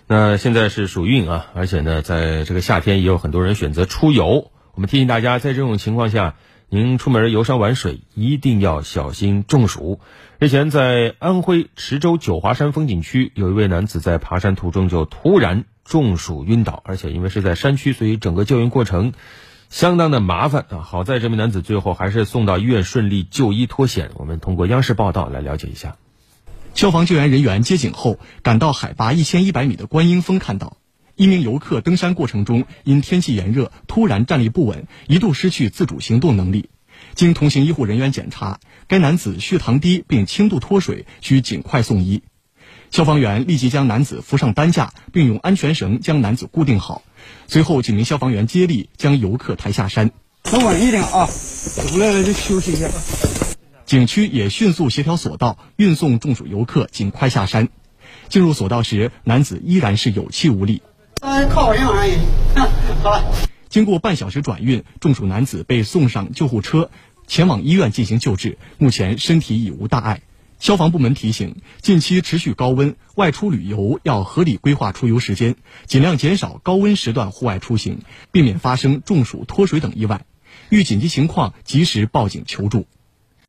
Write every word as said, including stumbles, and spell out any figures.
那现在是暑运啊，而且呢，在这个夏天也有很多人选择出游。我们提醒大家，在这种情况下，您出门游山玩水一定要小心中暑。日前，在安徽池州九华山风景区，有一位男子在爬山途中就突然中暑晕倒，而且因为是在山区，所以整个救援过程相当的麻烦啊。好在这名男子最后还是送到医院顺利就医脱险。我们通过央视报道来了解一下。 消防救援人员接警后，赶到海拔一千一百米的观音峰看到，一名游客登山过程中因天气炎热突然站立不稳，一度失去自主行动能力。经同行医护人员检查，该男子血糖低并轻度脱水，需尽快送医。消防员立即将男子扶上担架，并用安全绳将男子固定好。随后几名消防员接力将游客抬下山。 稳稳一点啊，出来了就休息一下。 景区也迅速协调索道，运送中暑游客尽快下山。进入索道时，男子依然是有气无力。 呃，靠我这玩意儿，好了。 经过半小时转运，中暑男子被送上救护车，前往医院进行救治，目前身体已无大碍。消防部门提醒，近期持续高温，外出旅游要合理规划出游时间，尽量减少高温时段户外出行，避免发生中暑、脱水等意外。遇紧急情况及时报警求助。